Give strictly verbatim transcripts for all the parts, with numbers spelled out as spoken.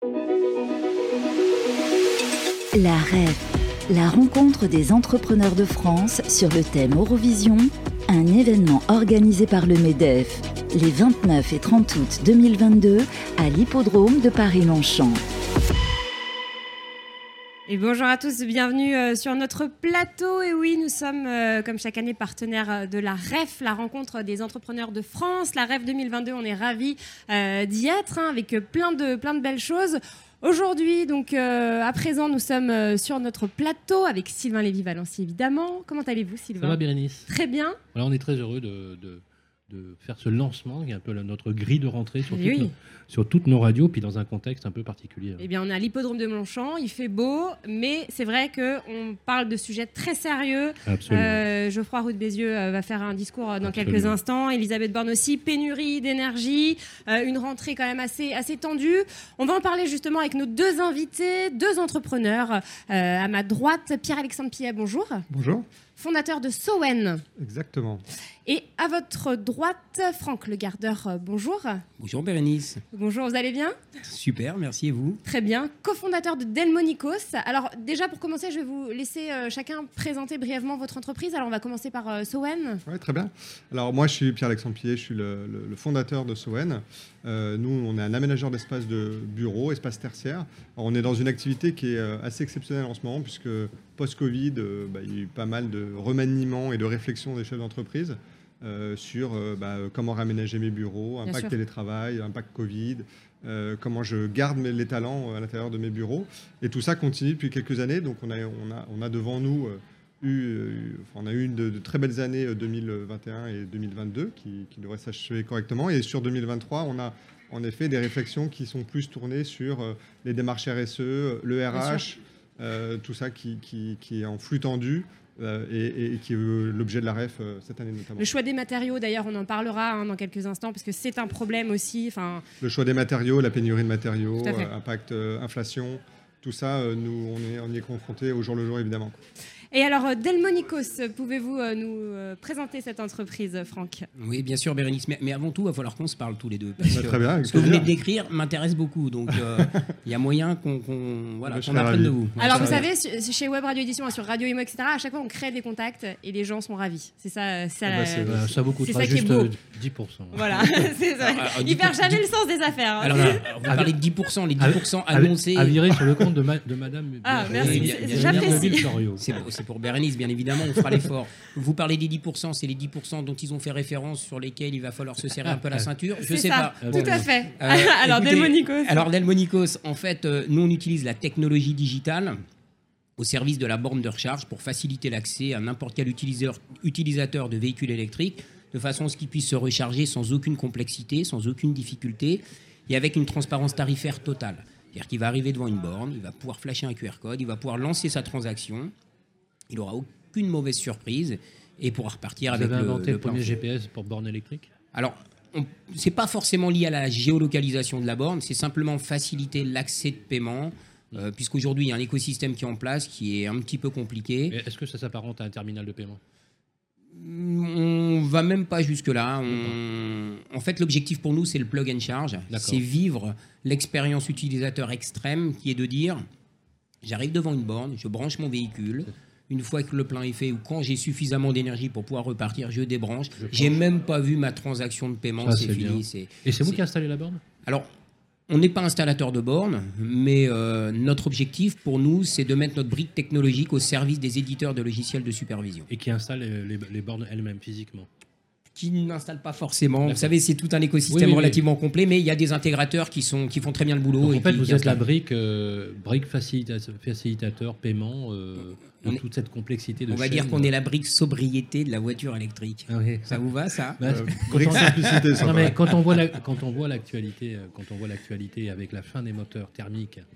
La R E F, la rencontre des entrepreneurs de France sur le thème Eurovision, un événement organisé par le MEDEF, les vingt-neuf et trente août deux mille vingt-deux à l'hippodrome de Paris-Longchamp. Et bonjour à tous, bienvenue euh, sur notre plateau. Et oui, nous sommes, euh, comme chaque année, partenaires de la R E F, la rencontre des entrepreneurs de France. La R E F deux mille vingt-deux, on est ravis euh, d'y être, hein, avec plein de, plein de belles choses. Aujourd'hui, donc, euh, à présent, nous sommes euh, sur notre plateau avec Sylvain Lévy-Valency, évidemment. Comment allez-vous, Sylvain ? Ça va, Bérénice ? Très bien. Voilà, on est très heureux de, de, de faire ce lancement, qui est un peu la, notre grille de rentrée sur, Oui, toutes oui. nos, sur toutes nos radios, puis dans un contexte un peu particulier. Eh bien, on est à l'hippodrome de Longchamp, il fait beau, mais c'est vrai qu'on parle de sujets très sérieux. Absolument. Euh, Geoffroy Roux de Bézieux euh, va faire un discours euh, dans Absolument. quelques instants. Elisabeth Borne aussi, pénurie d'énergie, euh, une rentrée quand même assez, assez tendue. On va en parler justement avec nos deux invités, deux entrepreneurs. Euh, à ma droite, Pierre-Alexandre Pillet, bonjour. Bonjour. Fondateur de Sowen. Exactement. Et à votre droite, Franck Le Gardeur, euh, bonjour. Bonjour Bérénice. Bonjour, vous allez bien ? Super, merci et vous ? Très bien. Cofondateur de Delmonicos. Alors déjà, pour commencer, je vais vous laisser euh, chacun présenter brièvement votre entreprise. Alors on va commencer par euh, Sowen. Oui, très bien. Alors moi, je suis Pierre-Alexandre Pillet, je suis le, le, le fondateur de Sowen. Euh, nous, on est un aménageur d'espace de bureau, espace tertiaire. Alors, on est dans une activité qui est euh, assez exceptionnelle en ce moment, puisque post-Covid, euh, bah, il y a eu pas mal de remaniements et de réflexions des chefs d'entreprise euh, sur euh, bah, comment réaménager mes bureaux, Bien impact sûr. télétravail, impact Covid, euh, comment je garde mes, les talents à l'intérieur de mes bureaux. Et tout ça continue depuis quelques années. Donc on a, on a, on a devant nous euh, eu, euh, enfin, on a eu une de, de très belles années euh, deux mille vingt et un et deux mille vingt-deux qui, qui devraient s'achever correctement. Et sur deux mille vingt-trois, on a en effet des réflexions qui sont plus tournées sur euh, les démarches R S E, le R H, euh, tout ça qui, qui, qui est en flux tendu. Euh, et, et qui est euh, l'objet de la R E F euh, cette année notamment. Le choix des matériaux, d'ailleurs, on en parlera hein, dans quelques instants, parce que c'est un problème aussi. Enfin, Le choix des matériaux, la pénurie de matériaux, Tout à fait. euh, impact euh, inflation, tout ça, euh, nous, on, est, on y est confrontés au jour le jour, évidemment. Et alors, euh, Delmonicos, pouvez-vous euh, nous euh, présenter cette entreprise, Franck ? Oui, bien sûr Bérénice, mais, mais avant tout, il va falloir qu'on se parle tous les deux. Parce Bah, que très bien, avec ce que vous venez plaisir. de décrire m'intéresse beaucoup, donc euh, il y a moyen qu'on qu'on, voilà, Je qu'on serais apprenne ravi. de vous. Alors, vous Ça va. savez, su- chez Web Radio Édition, sur Radio Imo, et cetera, à chaque fois, on crée des contacts et les gens sont ravis. C'est ça, ça, Ah bah, c'est- Euh, ça vous c'est coûtera ça qui est juste beau. euh, dix pour cent. Voilà, c'est ça. Alors, Il dix perd pour- jamais dix- le sens des affaires. hein. Alors là, on va parler de dix pour cent, les dix pour cent À- annoncés. À virer sur le compte de, ma- de Madame. Ah, Bérénice merci, bien- c'est- bien- j'apprécie. Ville-Florio. C'est pour, c'est pour Bérénice, bien évidemment, on fera l'effort. Vous parlez des dix pour cent, c'est les dix pour cent dont ils ont fait référence, sur lesquels il va falloir se serrer un peu la ceinture. Je C'est sais ça, pas. tout Bon. à fait. Euh, alors, écoutez, Delmonicos. Alors, Delmonicos, en fait, euh, nous, on utilise la technologie digitale au service de la borne de recharge pour faciliter l'accès à n'importe quel utilisateur, utilisateur de véhicules électriques, de façon à ce qu'il puisse se recharger sans aucune complexité, sans aucune difficulté, et avec une transparence tarifaire totale. C'est-à-dire qu'il va arriver devant une borne, il va pouvoir flasher un Q R code, il va pouvoir lancer sa transaction, il n'aura aucune mauvaise surprise, et pourra repartir Vous avec avez le, inventé le le plan premier fou. G P S pour borne électrique ? Alors, on- c'est pas forcément lié à la géolocalisation de la borne, c'est simplement faciliter l'accès de paiement, euh, puisqu'aujourd'hui, il y a un écosystème qui est en place qui est un petit peu compliqué. Et Est-ce que ça s'apparente à un terminal de paiement ? On va même pas jusque-là. On- En fait, l'objectif pour nous, c'est le plug and charge. D'accord. C'est vivre l'expérience utilisateur extrême, qui est de dire, j'arrive devant une borne, je branche mon véhicule. Une fois que le plein est fait ou quand j'ai suffisamment d'énergie pour pouvoir repartir, je débranche. Je J'ai même pas vu ma transaction de paiement, Ça, c'est c'est bien. fini. c'est- Et c'est vous c'est- qui installez la borne ? Alors, on n'est pas installateur de bornes, mais euh, notre objectif pour nous, c'est de mettre notre brique technologique au service des éditeurs de logiciels de supervision, Et qui installe les, les- les bornes elles-mêmes physiquement ? qui n'installent pas forcement. D'accord. Vous savez, c'est tout un écosystème Oui, oui, oui. relativement complet, mais il y a des intégrateurs qui, sont, qui font très bien le boulot. Donc, et en fait, qui- vous qui êtes la installent. brique, euh, brique facilita- facilitateur, paiement, euh, de On est- toute cette complexité de On va chaîne. dire qu'on est la brique sobriété de la voiture électrique. Ah oui. Ça vous va, ça Bah, Euh, quand brique on- simplicité, ça Non, paraît. mais quand on voit la- quand on voit l'actualité, euh, quand on voit l'actualité avec la fin des moteurs thermiques,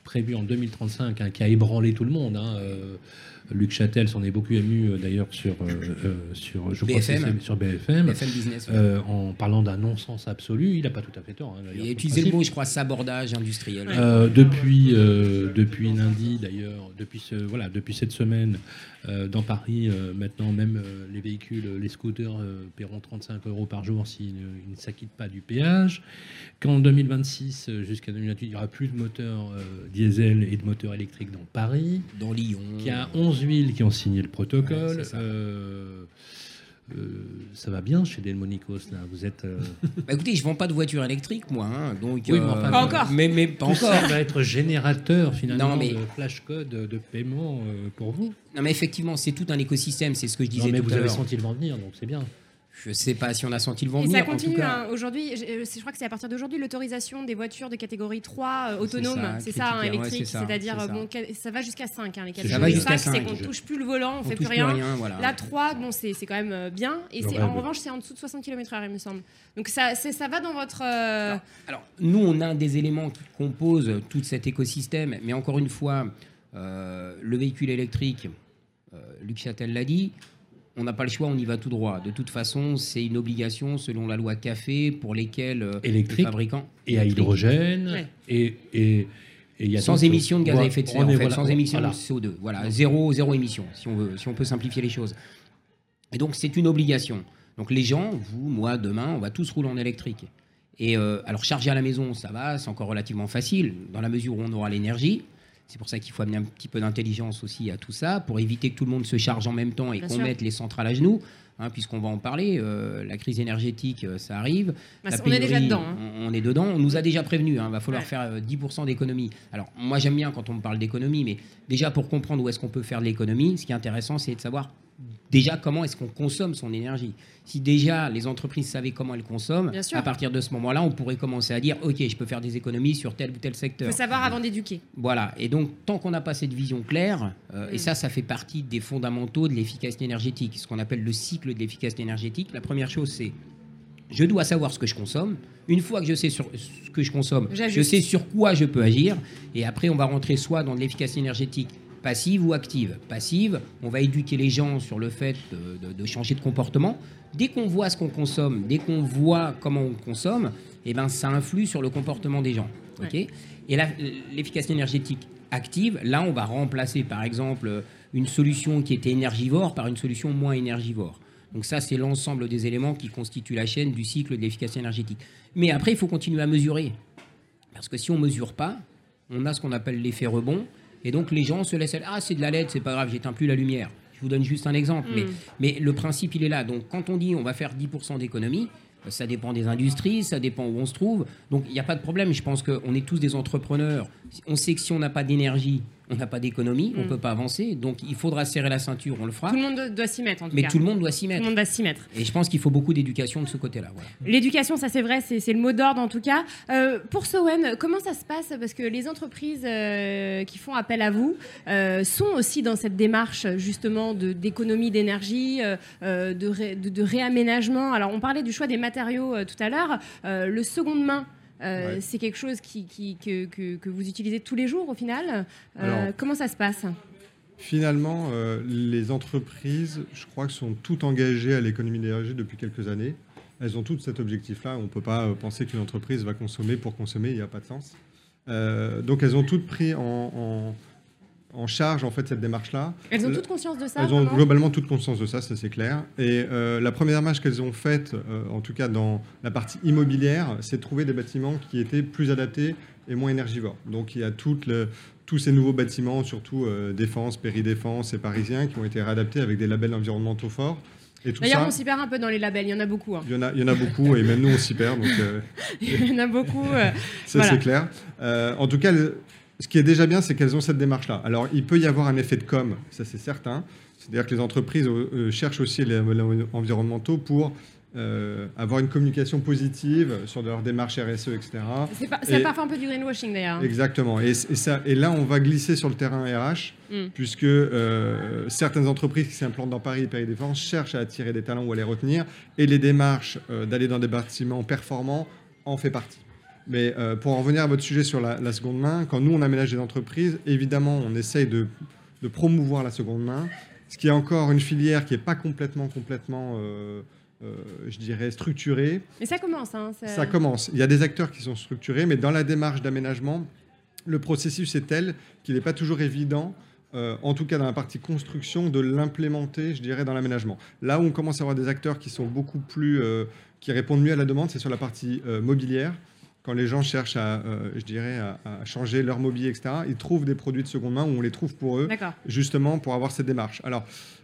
prévu en deux mille trente-cinq, hein, qui a ébranlé tout le monde. Hein, euh, Luc Châtel s'en est beaucoup ému, euh, d'ailleurs, sur, euh, euh, sur, je crois B F M. que c'est sur B F M, B F M Business, ouais. euh, en parlant d'un non-sens absolu. Il n'a pas tout à fait tort. Hein, Il a utilisé le mot, je crois, sabordage industriel. Euh, depuis, euh, depuis lundi, d'ailleurs, depuis, ce, voilà, depuis cette semaine, euh, dans Paris, euh, maintenant, même euh, les véhicules, les scooters euh, paieront trente-cinq euros par jour s'ils ne, ils ne s'acquittent pas du péage. Qu'en deux mille vingt-six, euh, jusqu'à deux mille vingt-huit, il n'y aura plus de moteurs euh, diesel et de moteurs électriques dans Paris. Dans Lyon. Il y a onze villes qui ont signé le protocole. Ouais, c'est ça. Euh, euh, ça va bien chez Delmonicos, là. Vous êtes. Euh... Bah écoutez, je vends pas de voiture électrique, moi. Hein, donc, Oui, mais enfin, Pas encore. Mais, mais pas Tout encore. ça va être générateur finalement Non, mais- de flash code de paiement euh, pour vous. Non, mais effectivement, c'est tout un écosystème. C'est ce que je disais Non, mais tout vous à avez l'heure. senti le vent venir, donc c'est bien. Je sais pas si on a senti le vent Et venir. ça continue, en tout cas, hein. Aujourd'hui, je, euh, c'est- je crois que c'est à partir d'aujourd'hui l'autorisation des voitures de catégorie trois euh, autonomes, ça, c'est ça, hein, critiquer, ouais, électrique, c'est ça, c'est-à-dire c'est euh, ça. bon, ca- ça va jusqu'à cinq, hein, les Ça catégories va jusqu'à cinq, c'est cinq. qu'on ne touche plus le volant, on on fait touche plus rien. voilà. La trois, bon, c'est c'est quand même euh, bien. Et Le c'est- rêve. en revanche, c'est en dessous de soixante kilomètres heure, il me semble. Donc ça, c'est- ça va dans votre... euh, Alors, alors, nous, on a un des éléments qui composent tout cet écosystème, mais encore une fois, euh, le véhicule électrique, euh, Luc Châtel l'a dit, on n'a pas le choix, on y va tout droit. De toute façon, c'est une obligation selon la loi CAFE pour lesquelles euh, Électrique les fabricants et à électriques, hydrogène Ouais. et, et, et il y a sans d'autres- émission de gaz à effet de serre, on en est- fait, voilà, sans émission voilà. de C O deux. Voilà, zéro, zéro émission, si on veut, si on peut simplifier les choses. Et donc, c'est une obligation. Donc, les gens, vous, moi, demain, on va tous rouler en électrique. Et euh, alors, charger à la maison, ça va, c'est encore relativement facile, dans la mesure où on aura l'énergie. C'est pour ça qu'il faut amener un petit peu d'intelligence aussi à tout ça, pour éviter que tout le monde se charge en même temps et Bien qu'on sûr. mette les centrales à genoux, hein, puisqu'on va en parler. Euh, la crise énergétique, euh, ça arrive. Bah, La on est déjà pénurie, dedans, hein. On, on est dedans. On nous a déjà prévenu. Il va falloir Ouais. faire euh, dix pour cent d'économie. Alors, moi, j'aime bien quand on me parle d'économie, mais déjà, pour comprendre où est-ce qu'on peut faire de l'économie, ce qui est intéressant, c'est de savoir déjà comment est-ce qu'on consomme son énergie. Si déjà les entreprises savaient comment elles consomment, Bien sûr. à partir de ce moment-là, on pourrait commencer à dire, OK, je peux faire des économies sur tel ou tel Il secteur. faut savoir avant d'éduquer. Voilà, et donc tant qu'on n'a pas cette vision claire, euh, Mm. et ça, ça fait partie des fondamentaux de l'efficacité énergétique, ce qu'on appelle le cycle de l'efficacité énergétique. La première chose, c'est je dois savoir ce que je consomme. Une fois que je sais sur ce que je consomme, J'ajuste. je sais sur quoi je peux agir, et après on va rentrer soit dans de l'efficacité énergétique passive ou active. Passive, on va éduquer les gens sur le fait de, de- de changer de comportement. Dès qu'on voit ce qu'on consomme, dès qu'on voit comment on consomme, eh ben, ça influe sur le comportement des gens. ok Ouais. Et là, l'efficacité énergétique active, là, on va remplacer, par exemple, une solution qui était énergivore par une solution moins énergivore. Donc ça, c'est l'ensemble des éléments qui constituent la chaîne du cycle de l'efficacité énergétique. Mais après, il faut continuer à mesurer. Parce que si on ne mesure pas, on a ce qu'on appelle l'effet rebond. Et donc, les gens se laissent aller. Ah, c'est de la L E D, c'est pas grave, j'éteins plus la lumière. Je vous donne juste un exemple. Mm. Mais, mais le principe, il est là. Donc, quand on dit on va faire dix pour cent d'économie, ça dépend des industries, ça dépend où on se trouve. Donc, il n'y a pas de problème. Je pense qu'on est tous des entrepreneurs. On sait que si on n'a pas d'énergie, on n'a pas d'économie, on ne Mm. peut pas avancer. Donc, il faudra serrer la ceinture, on le fera. Tout le monde doit- doit s'y mettre, en tout Mais cas. tout le monde doit s'y Tout le mettre. monde doit s'y mettre. Et je pense qu'il faut beaucoup d'éducation de ce côté-là. Voilà. L'éducation, ça c'est vrai, c'est c'est le mot d'ordre en tout cas. Euh, pour Sowen, comment ça se passe? Parce que les entreprises euh, qui font appel à vous euh, sont aussi dans cette démarche justement de- d'économie d'énergie, euh, euh, de, ré- de- de réaménagement. Alors on parlait du choix des matériaux euh, tout à l'heure. Euh, le seconde main, euh, Ouais. c'est quelque chose qui, qui- que, que- que vous utilisez tous les jours au final. Euh, Alors- comment ça se passe? Finalement, euh, les entreprises, je crois que sont toutes engagées à l'économie d'énergie depuis quelques années. Elles ont toutes cet objectif-là. On ne peut pas euh, penser qu'une entreprise va consommer pour consommer, il n'y a pas de sens. Euh, donc elles ont toutes pris en, en- en charge en fait, cette démarche-là. Elles ont Le- toutes conscience de ça? Elles ont vraiment globalement toute conscience de ça, ça c'est clair. Et euh, la première marche qu'elles ont faite, euh, en tout cas dans la partie immobilière, c'est de trouver des bâtiments qui étaient plus adaptés et moins énergivores. Donc il y a toutes le- tous ces nouveaux bâtiments, surtout euh, défense, péridéfense et parisiens, qui ont été réadaptés avec des labels environnementaux forts. Et tout D'ailleurs, ça, on s'y perd un peu dans les labels, il y en a beaucoup. hein. il y, en a, il y en a beaucoup, et même nous on s'y perd, donc euh, Il y en a beaucoup. euh, ça Voilà. c'est clair. Euh, en tout cas, le- ce qui est déjà bien, c'est qu'elles ont cette démarche-là. Alors, il peut y avoir un effet de com, ça c'est certain. C'est-à-dire que les entreprises euh, cherchent aussi les labels environnementaux pour euh, avoir une communication positive sur leur démarche R S E, et cetera. C'est pas- c'est Et- parfois un peu du greenwashing d'ailleurs. Exactement. Et, et ça, et là, on va glisser sur le terrain R H, Mm. puisque euh, certaines entreprises qui s'implantent dans Paris et Péri-Défense cherchent à attirer des talents ou à les retenir, et les démarches euh, d'aller dans des bâtiments performants en fait partie. Mais euh, pour en revenir à votre sujet sur la, la seconde main, quand nous, on aménage des entreprises, évidemment, on essaye de, de promouvoir la seconde main, ce qui est encore une filière qui n'est pas complètement, complètement euh, euh, je dirais, structurée. Mais ça commence. Hein, ça... ça commence. Il y a des acteurs qui sont structurés, mais dans la démarche d'aménagement, le processus est tel qu'il n'est pas toujours évident, euh, en tout cas dans la partie construction, de l'implémenter, je dirais, dans l'aménagement. Là où on commence à avoir des acteurs qui sont beaucoup plus... Euh, qui répondent mieux à la demande, c'est sur la partie euh, mobilière. Quand les gens cherchent à, euh, je dirais, à, à changer leur mobilier, et cetera, ils trouvent des produits de seconde main où on les trouve pour eux, justement pour avoir cette démarche. Alors,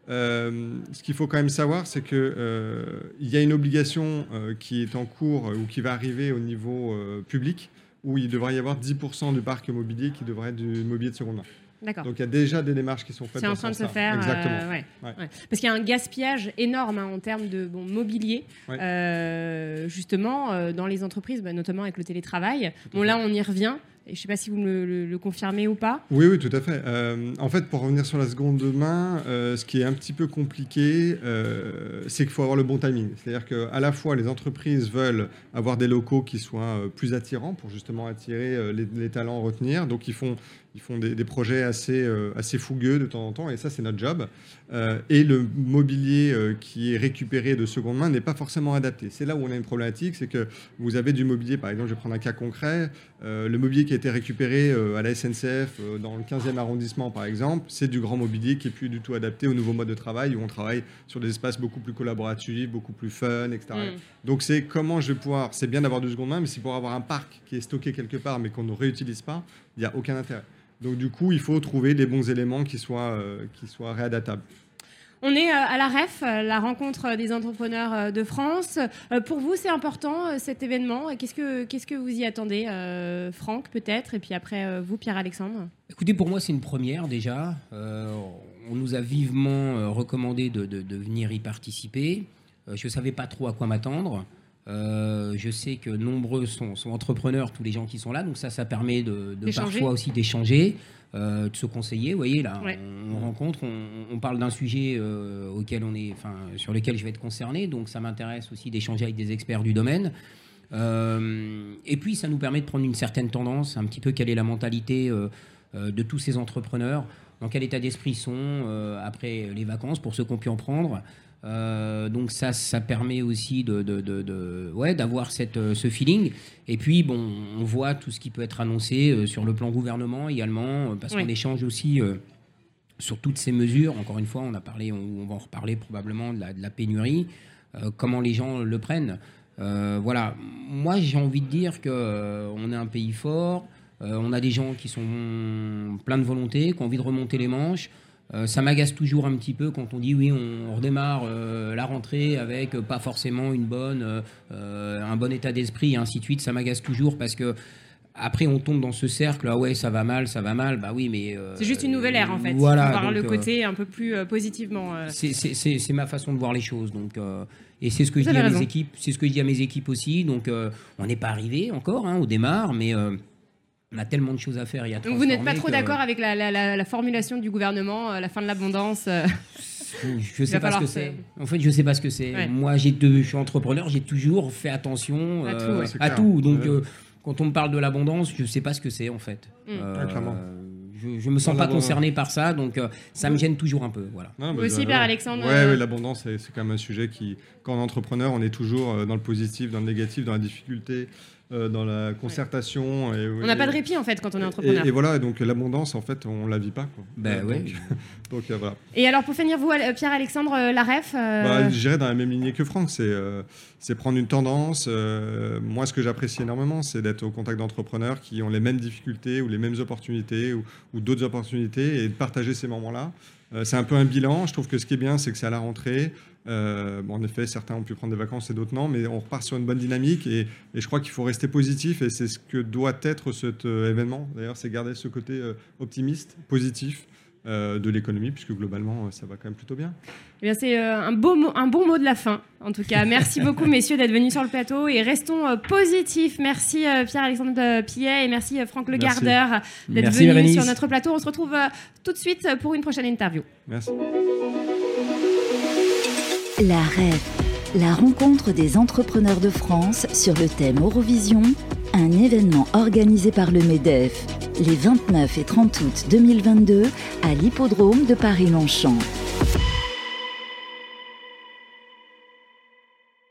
euh, ce qu'il faut quand même savoir, c'est qu'il euh, y a une obligation euh, qui est en cours euh, ou qui va arriver au niveau euh, public, où il devrait y avoir dix pour cent du parc immobilier qui devrait être du mobilier de seconde main. D'accord. Donc il y a déjà des démarches qui sont faites. C'est en train de se faire. Exactement. Euh, ouais. Ouais. Ouais. Parce qu'il y a un gaspillage énorme hein, en termes de bon, mobilier, ouais. euh, justement, euh, dans les entreprises, bah, notamment avec le télétravail. Bon, là, on y revient. Et je ne sais pas si vous me le, le confirmez ou pas. Oui, oui, tout à fait. Euh, en fait, pour revenir sur la seconde main, euh, ce qui est un petit peu compliqué, euh, c'est qu'il faut avoir le bon timing. C'est-à-dire qu'à la fois, les entreprises veulent avoir des locaux qui soient plus attirants pour justement attirer les, les talents à retenir. Donc, ils font, ils font des, des projets assez, euh, assez fougueux de temps en temps. Et ça, c'est notre job. Euh, et le mobilier euh, qui est récupéré de seconde main n'est pas forcément adapté. C'est là où on a une problématique. C'est que vous avez du mobilier, par exemple, je vais prendre un cas concret. Euh, le mobilier qui a été récupéré euh, à la S N C F euh, dans le quinzième arrondissement, par exemple, c'est du grand mobilier qui n'est plus du tout adapté au nouveau mode de travail où on travaille sur des espaces beaucoup plus collaboratifs, beaucoup plus fun, et cetera. Mm. Donc, c'est comment je vais pouvoir... C'est bien d'avoir du seconde main, mais c'est pour avoir un parc qui est stocké quelque part, mais qu'on ne réutilise pas, il n'y a aucun intérêt. Donc, du coup, il faut trouver les bons éléments qui soient, euh, qui soient réadaptables. On est à la R E F, la rencontre des entrepreneurs de France. Pour vous, c'est important cet événement. Qu'est-ce que, qu'est-ce que vous y attendez, euh, Franck, peut-être, et puis après vous, Pierre-Alexandre? Écoutez, pour moi, c'est une première déjà. Euh, on nous a vivement recommandé de, de, de venir y participer. Euh, je ne savais pas trop à quoi m'attendre. Euh, je sais que nombreux sont, sont entrepreneurs, tous les gens qui sont là, donc ça, ça permet de, de parfois aussi d'échanger. Euh, de se conseiller, vous voyez, là, ouais. on, on rencontre, on, on parle d'un sujet euh, auquel on est, enfin, sur lequel je vais être concerné, donc ça m'intéresse aussi d'échanger avec des experts du domaine. Euh, et puis, ça nous permet de prendre une certaine tendance, un petit peu quelle est la mentalité euh, euh, de tous ces entrepreneurs, dans quel état d'esprit ils sont euh, après les vacances, pour ceux qui ont pu en prendre. Euh, donc ça, ça permet aussi de, de, de, de, ouais, d'avoir cette, ce feeling. Et puis, bon, on voit tout ce qui peut être annoncé euh, sur le plan gouvernement également, parce oui. qu'on échange aussi euh, sur toutes ces mesures. Encore une fois, on a parlé, on, on va en reparler probablement de la, de la pénurie, euh, comment les gens le prennent. Euh, voilà, moi j'ai envie de dire qu'on euh, est un pays fort, euh, on a des gens qui sont pleins de volonté, qui ont envie de remonter les manches. Euh, ça m'agace toujours un petit peu quand on dit oui, on, on redémarre euh, la rentrée avec euh, pas forcément une bonne, euh, un bon état d'esprit et ainsi de suite. Ça m'agace toujours parce que après on tombe dans ce cercle. Ah ouais, ça va mal, ça va mal. Bah oui, mais euh, c'est juste une nouvelle ère en fait. Voilà, voir donc, le côté euh, un peu plus euh, positivement. Euh. C'est, c'est, c'est, c'est ma façon de voir les choses. Donc euh, et c'est ce que je dis à mes équipes. C'est ce que je dis à mes équipes aussi. Donc euh, on n'est pas arrivé encore hein, au démarre, mais euh, on a tellement de choses à faire. Il y a Donc vous n'êtes pas trop que... d'accord avec la, la, la, la formulation du gouvernement, euh, la fin de l'abondance euh... Je ne sais pas ce que c'est. En fait, je ne sais pas ce que c'est. Ouais. Moi, j'ai deux, je suis entrepreneur, j'ai toujours fait attention à euh, tout. Ouais. À tout. Donc, ouais. euh, quand on me parle de l'abondance, je ne sais pas ce que c'est, en fait. Mm. Euh, je ne me sens pas concerné par ça, donc euh, ça me gêne toujours un peu. Voilà. Non, vous aussi, Pierre-Alexandre Oui, euh... ouais, l'abondance, c'est, c'est quand même un sujet qui, quand on est entrepreneur, on est toujours dans le positif, dans le négatif, dans la difficulté. Euh, dans la concertation. Ouais. Et, on n'a pas de répit en fait quand on est entrepreneur. Et, et voilà, et donc l'abondance en fait, on la vit pas. Quoi. Ben ouais. Donc, donc euh, voilà. Et alors pour finir, vous, Pierre-Alexandre, euh, la R E F euh... bah, je dirais dans la même lignée que Franck, c'est, euh, c'est prendre une tendance. Euh, moi, ce que j'apprécie énormément, c'est d'être au contact d'entrepreneurs qui ont les mêmes difficultés ou les mêmes opportunités ou, ou d'autres opportunités et de partager ces moments-là. Euh, c'est un peu un bilan. Je trouve que ce qui est bien, c'est que c'est à la rentrée. Euh, bon, en effet, certains ont pu prendre des vacances et d'autres non, mais on repart sur une bonne dynamique et, et je crois qu'il faut rester positif et c'est ce que doit être cet euh, événement. D'ailleurs, c'est garder ce côté euh, optimiste, positif euh, de l'économie, puisque globalement, ça va quand même plutôt bien. Eh bien, c'est euh, un, beau mo- un bon mot de la fin, en tout cas. Merci beaucoup, messieurs, d'être venus sur le plateau et restons euh, positifs. Merci euh, Pierre-Alexandre Pillet et merci euh, Franck Le Gardeur d'être merci, venus Bérénice. sur notre plateau. On se retrouve euh, tout de suite pour une prochaine interview. Merci. La R E F, la rencontre des entrepreneurs de France sur le thème Eurovision, un événement organisé par le MEDEF les vingt-neuf et trente août deux mille vingt-deux à l'hippodrome de Paris-Longchamp.